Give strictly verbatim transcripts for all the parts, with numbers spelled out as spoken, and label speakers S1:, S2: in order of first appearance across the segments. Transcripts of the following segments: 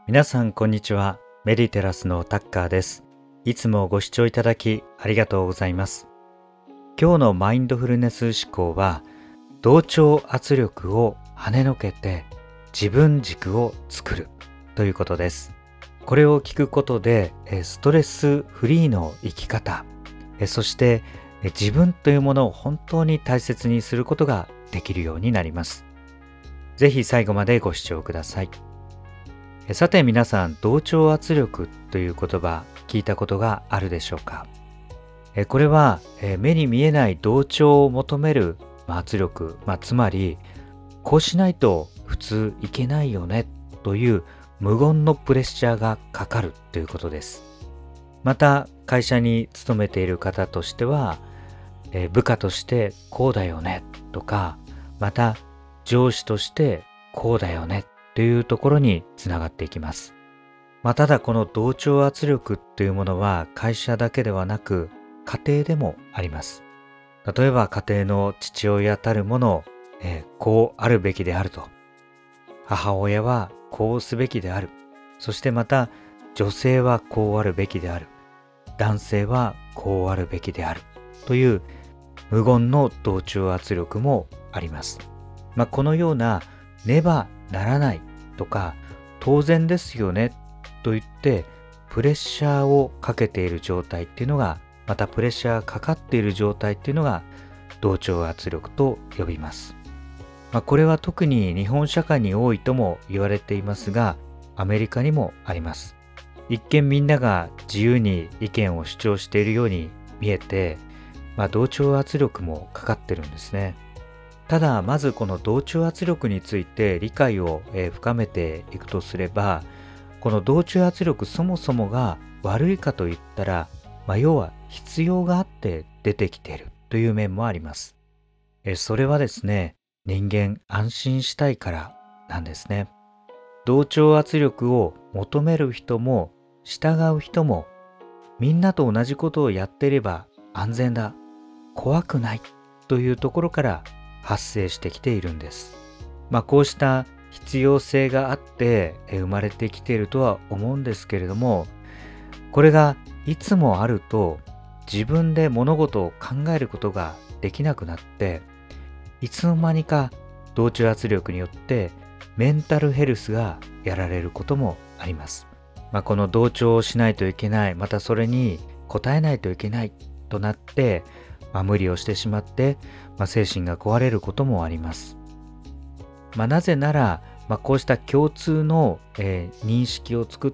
S1: 皆さんこんにちは。メディテラスのタッカーです。いつもご視聴いただきありがとうございます。今日のマインドフルネス思考は、同調圧力を跳ねのけて自分軸を作るということです。これを聞くことでストレスフリーの生き方、そして自分というものを本当に大切にすることができるようになります。ぜひ最後までご視聴ください。さて皆さん、同調圧力という言葉聞いたことがあるでしょうか。これは目に見えない同調を求める圧力、まあ、つまりこうしないと普通いけないよねという無言のプレッシャーがかかるということです。また会社に勤めている方としては、部下としてこうだよねとか、また上司としてこうだよねというところにつながっていきます。まあ、ただこの同調圧力というものは会社だけではなく家庭でもあります。例えば家庭の父親たるもの、えー、こうあるべきであると、母親はこうすべきである、そしてまた女性はこうあるべきである、男性はこうあるべきであるという無言の同調圧力もあります。まあ、このようなねばならないとか当然ですよねと言ってプレッシャーをかけている状態っていうのが、またプレッシャーがかかっている状態っていうのが同調圧力と呼びます。まあ、これは特に日本社会に多いとも言われていますが、アメリカにもあります。一見みんなが自由に意見を主張しているように見えて、まあ、同調圧力もかかってるんですね。ただまずこの同調圧力について理解を深めていくとすれば、この同調圧力そもそもが悪いかといったら、まあ、要は必要があって出てきているという面もあります。それはですね、人間安心したいからなんですね。同調圧力を求める人も従う人も、みんなと同じことをやっていれば安全だ、怖くないというところから発生してきているんです。まあ、こうした必要性があって生まれてきているとは思うんですけれども、これがいつもあると自分で物事を考えることができなくなって、いつの間にか同調圧力によってメンタルヘルスがやられることもあります。まあ、この同調をしないといけない、またそれに応えないといけないとなって、まあ、無理をしてしまって、まあ、精神が壊れることもあります。まあ、なぜなら、まあ、こうした共通の、えー、認識を作って、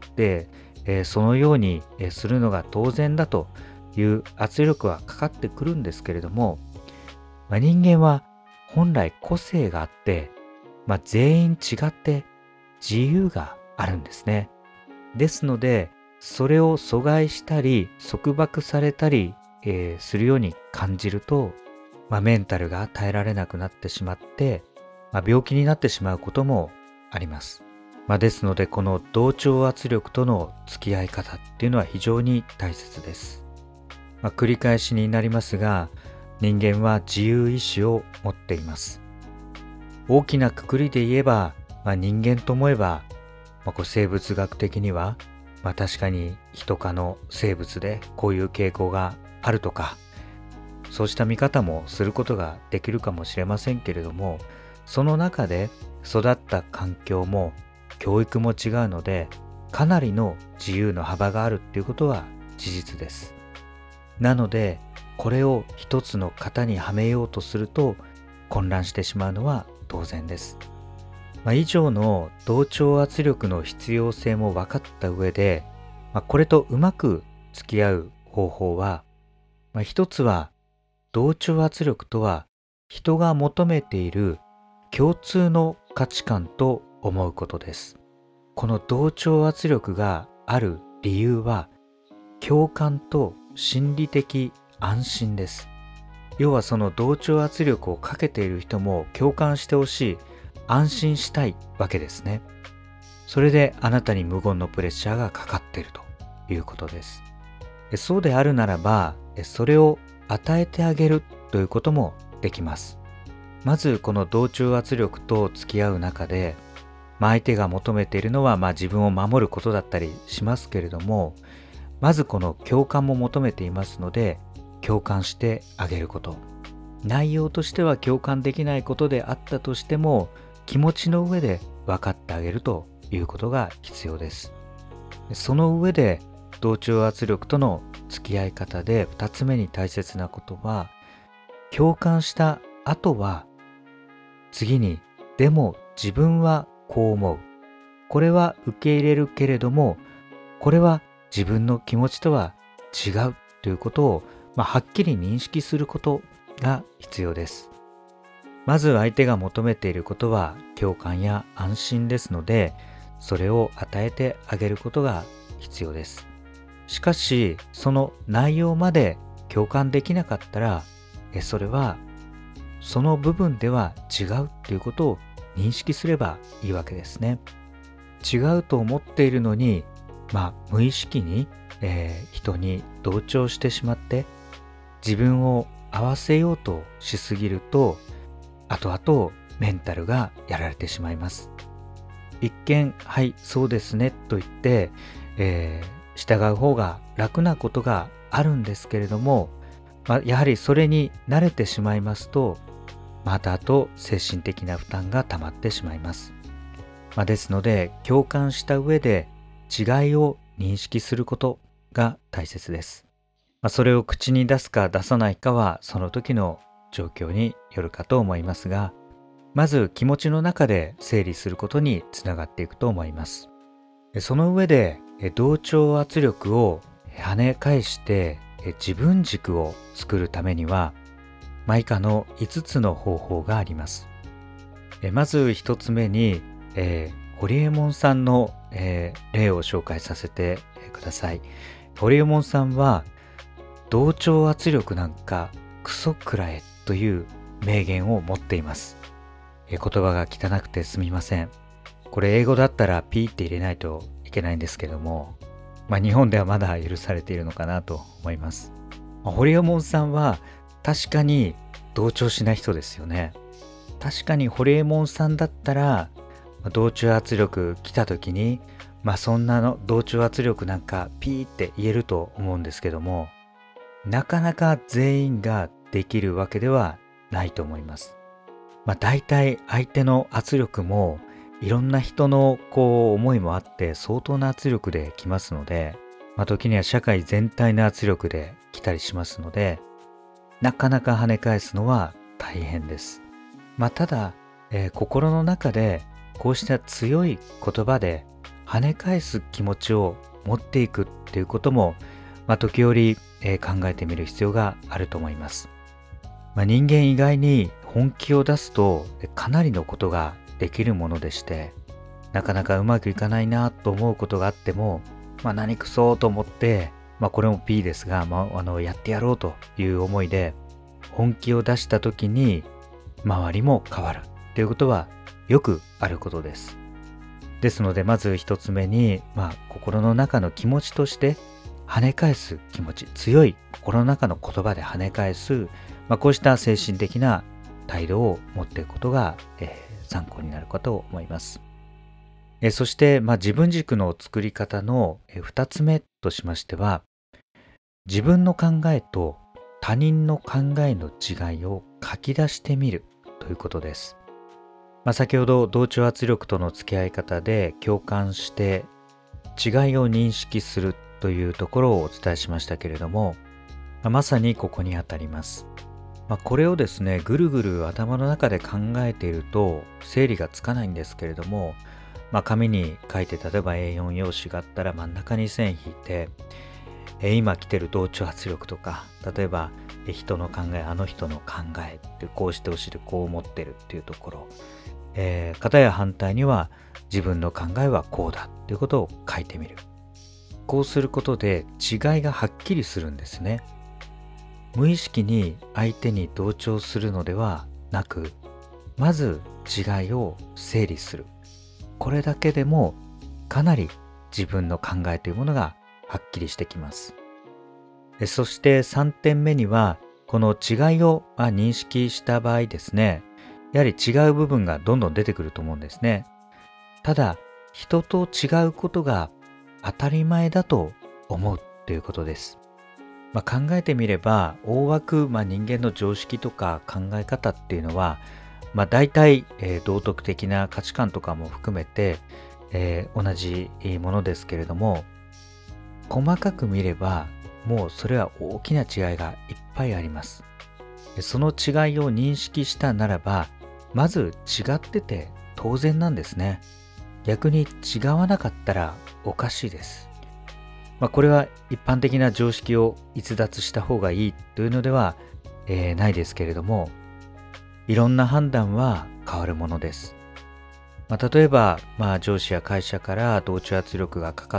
S1: えー、そのように、えー、するのが当然だという圧力はかかってくるんですけれども、まあ、人間は本来個性があって、まあ、全員違って自由があるんですね。ですので、それを阻害したり束縛されたり、えー、するように感じると、まあ、メンタルが耐えられなくなってしまって、まあ、病気になってしまうこともあります。まあ、ですのでこの同調圧力との付き合い方っていうのは非常に大切です。まあ、繰り返しになりますが、人間は自由意志を持っています。大きな括りで言えば、まあ、人間と思えば、まあ、こう生物学的には、まあ、確かに人科の生物でこういう傾向があるとか、そうした見方もすることができるかもしれませんけれども、その中で育った環境も教育も違うので、かなりの自由の幅があるっていうことは事実です。なのでこれを一つの型にはめようとすると混乱してしまうのは当然です。まあ、以上の同調圧力の必要性も分かった上で、まあ、これとうまく付き合う方法は、まあ、一つは同調圧力とは人が求めている共通の価値観と思うことです。この同調圧力がある理由は共感と心理的安心です。要はその同調圧力をかけている人も共感してほしい、安心したいわけですね。それであなたに無言のプレッシャーがかかっているということです。そうであるならば、それを与えてあげるということもできます。まずこの同調圧力と付き合う中で、 まあ、相手が求めているのはまあ自分を守ることだったりしますけれども、まずこの共感も求めていますので、共感してあげること。内容としては共感できないことであったとしても、気持ちの上で分かってあげるということが必要です。その上で同調圧力との付き合い方でふたつめに大切なことは、共感した後は次に、でも自分はこう思う。これは受け入れるけれども、これは自分の気持ちとは違うということを、まあ、はっきり認識することが必要です。まず相手が求めていることは共感や安心ですので、それを与えてあげることが必要です。しかし、その内容まで共感できなかったら、えそれはその部分では違うということを認識すればいいわけですね。違うと思っているのに、まあ無意識に、えー人に同調してしまって自分を合わせようとしすぎると、後々メンタルがやられてしまいます。一見、はいそうですねと言って、えー従う方が楽なことがあるんですけれども、まあ、やはりそれに慣れてしまいますと、また後精神的な負担が溜まってしまいます。まあ、ですので、共感した上で違いを認識することが大切です。まあ、それを口に出すか出さないかはその時の状況によるかと思いますが、まず気持ちの中で整理することにつながっていくと思います。その上で同調圧力を跳ね返して自分軸を作るためには、まあ、以下のいつつの方法があります。まずひとつめに、えー、ホリエモンさんの、えー例を紹介させてください。ホリエモンさんは、同調圧力なんかクソくらえという名言を持っています。えー言葉が汚くてすみません。これ英語だったらピーって入れないといけないんですけども、まあ、日本ではまだ許されているのかなと思います。まあホリエモンさんは確かに同調しない人ですよね。確かにホリエモンさんだったら、まあ同調圧力来た時に、まあそんなの同調圧力なんかピーって言えると思うんですけども、なかなか全員ができるわけではないと思います。まあ大体相手の圧力もいろんな人のこう思いもあって相当な圧力で来ますので、まあ時には社会全体の圧力で来たりしますので、なかなか跳ね返すのは大変です。まあただ、えー心の中でこうした強い言葉で跳ね返す気持ちを持っていくっていうことも、まあ時折、えー考えてみる必要があると思います。まあ、人間意外に本気を出すとえかなりのことができるものでして、なかなかうまくいかないなと思うことがあっても、まあ何くそと思って、まあこれも P ですが、まあ、あのやってやろうという思いで本気を出した時に周りも変わるということはよくあることです。ですので、まず一つ目に、まあ心の中の気持ちとして跳ね返す気持ち、強い心の中の言葉で跳ね返す、まあ、こうした精神的な態度を持っていくことが、えー参考になるかと思います。えーそして、まあ、自分軸の作り方のえー二つ目としましては、自分の考えと他人の考えの違いを書き出してみるということです。まあ、先ほど同調圧力との付き合い方で共感して違いを認識するというところをお伝えしましたけれども、まあまさにここにあたります。まあ、これをですね、ぐるぐる頭の中で考えていると整理がつかないんですけれども、まあ、紙に書いて、例えば エーよん 用紙があったら真ん中に線引いて、えー今来てる同調圧力とか、例えばえー人の考え、あの人の考えってこうしてほしいでこう思ってるっていうところ、えー、片や反対には自分の考えはこうだっていうことを書いてみる。こうすることで違いがはっきりするんですね。無意識に相手に同調するのではなく、まず違いを整理する。これだけでもかなり自分の考えというものがはっきりしてきます。えそしてさんてんめには、この違いをまあ認識した場合ですね、やはり違う部分がどんどん出てくると思うんですね。 ただ人と違うことが当たり前だと思うということです。まあ、考えてみれば大枠、まあ、人間の常識とか考え方っていうのは、まあ、大体、えー道徳的な価値観とかも含めて、えー同じものですけれども、細かく見ればもうそれは大きな違いがいっぱいあります。でその違いを認識したならば、まず違ってて当然なんですね。逆に違わなかったらおかしいです。まあ、これは一般的な常識を逸脱した方がいいというのでは、えーないですけれども、いろんな判断は変わるものです。まあ、例えば、まあ、上司や会社から同調圧力がかかって、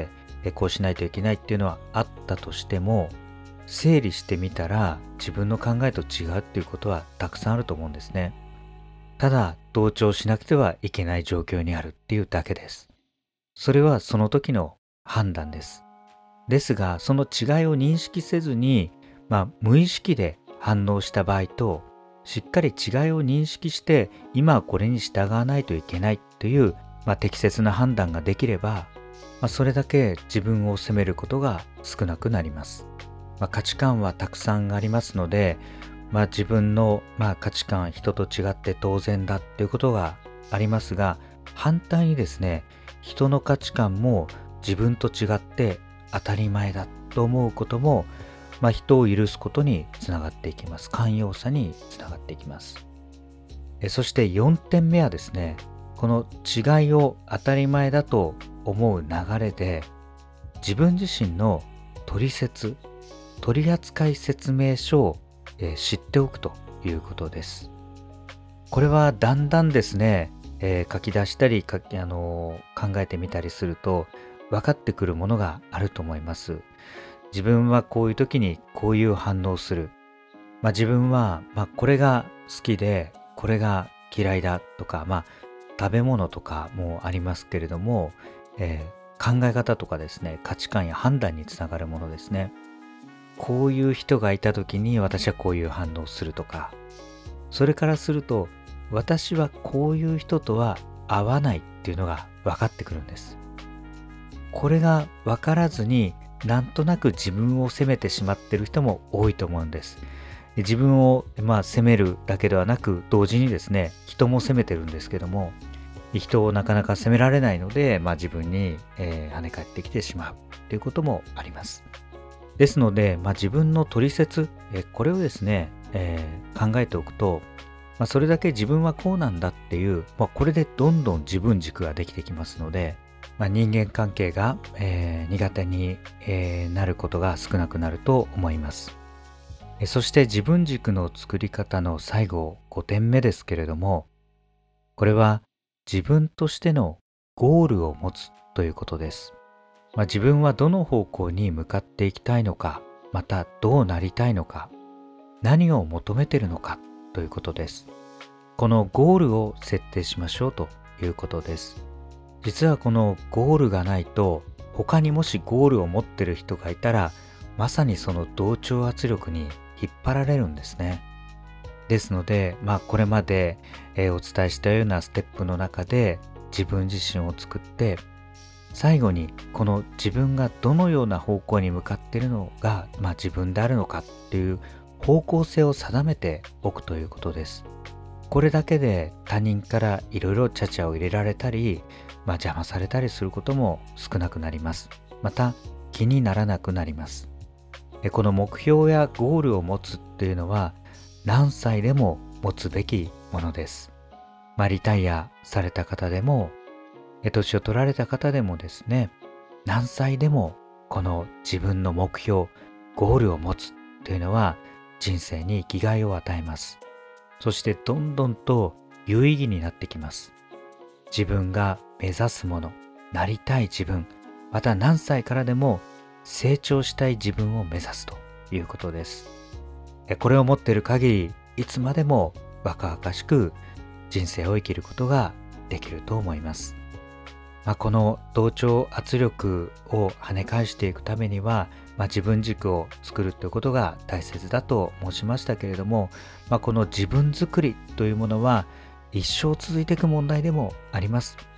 S1: えこうしないといけないっていうのはあったとしても、整理してみたら自分の考えと違うっていうことはたくさんあると思うんですね。ただ、同調しなくてはいけない状況にあるっていうだけです。それはその時の判断です。ですが、その違いを認識せずに、まあ、無意識で反応した場合と、しっかり違いを認識して、今はこれに従わないといけないという、まあ、適切な判断ができれば、まあ、それだけ自分を責めることが少なくなります。まあ、価値観はたくさんありますので、まあ、自分の、まあ、価値観、人と違って当然だっていうことがありますが、反対にですね、人の価値観も自分と違って当たり前だと思うことも、まあ、人を許すことにつながっていきます。寛容さにつながっていきます。えそしてよんてんめはですね、この違いを当たり前だと思う流れで、自分自身の取説、取扱説明書を、えー知っておくということです。これはだんだんですね、えー書き出したり書き、あのー考えてみたりすると分かってくるものがあると思います。自分はこういう時にこういう反応をする。まあ、自分は、まあ、これが好きでこれが嫌いだとか、まあ、食べ物とかもありますけれども、えー考え方とかですね、価値観や判断につながるものですね。こういう人がいた時に私はこういう反応をするとか、それからすると私はこういう人とは合わないっていうのが分かってくるんです。これが分からずになんとなく自分を責めてしまっている人も多いと思うんです。で自分を、まあ、責めるだけではなく同時にですね、人も責めてるんですけども、人をなかなか責められないので、まあ、自分に、えー跳ね返ってきてしまうということもあります。ですので、まあ、自分の取説、えこれをですね、えー考えておくと、まあ、それだけ自分はこうなんだっていう、まあ、これでどんどん自分軸ができてきますので、まあ、人間関係が、えー苦手に、えーなることが少なくなると思います。えそして自分軸の作り方の最後ごてんめですけれども、これは自分としてのゴールを持つということです。まあ、自分はどの方向に向かっていきたいのか、またどうなりたいのか、何を求めているのかということです。このゴールを設定しましょうということです。実はこのゴールがないと、他にもしゴールを持っている人がいたら、まさにその同調圧力に引っ張られるんですね。ですので、まあこれまで、えーお伝えしたようなステップの中で自分自身を作って、最後にこの自分がどのような方向に向かっているのが、まあ、自分であるのかっていう方向性を定めておくということです。これだけで他人からいろいろちゃちゃを入れられたり、まあ、邪魔されたりすることも少なくなります。また気にならなくなります。えこの目標やゴールを持つっていうのは何歳でも持つべきものです。まあ、リタイアされた方でも、え年を取られた方でもですね、何歳でもこの自分の目標、ゴールを持つというのは人生に生きがいを与えます。そしてどんどんと有意義になってきます。自分が目指すもの、なりたい自分、また何歳からでも成長したい自分を目指すということです。えこれを持っている限り、いつまでも若々しく人生を生きることができると思います。まあ、この同調圧力を跳ね返していくためには、まあ、自分軸を作るということが大切だと申しましたけれども、まあ、この自分作りというものは一生続いていく問題でもあります。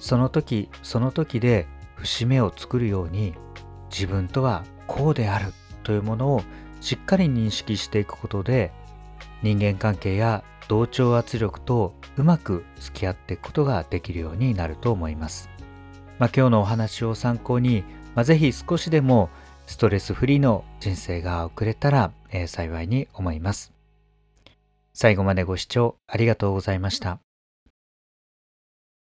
S1: その時その時で節目を作るように、自分とはこうであるというものをしっかり認識していくことで、人間関係や同調圧力とうまく付き合っていくことができるようになると思います。まあ、今日のお話を参考に、まあ、ぜひ少しでもストレスフリーの人生が送れたら、えー幸いに思います。最後までご視聴ありがとうございました。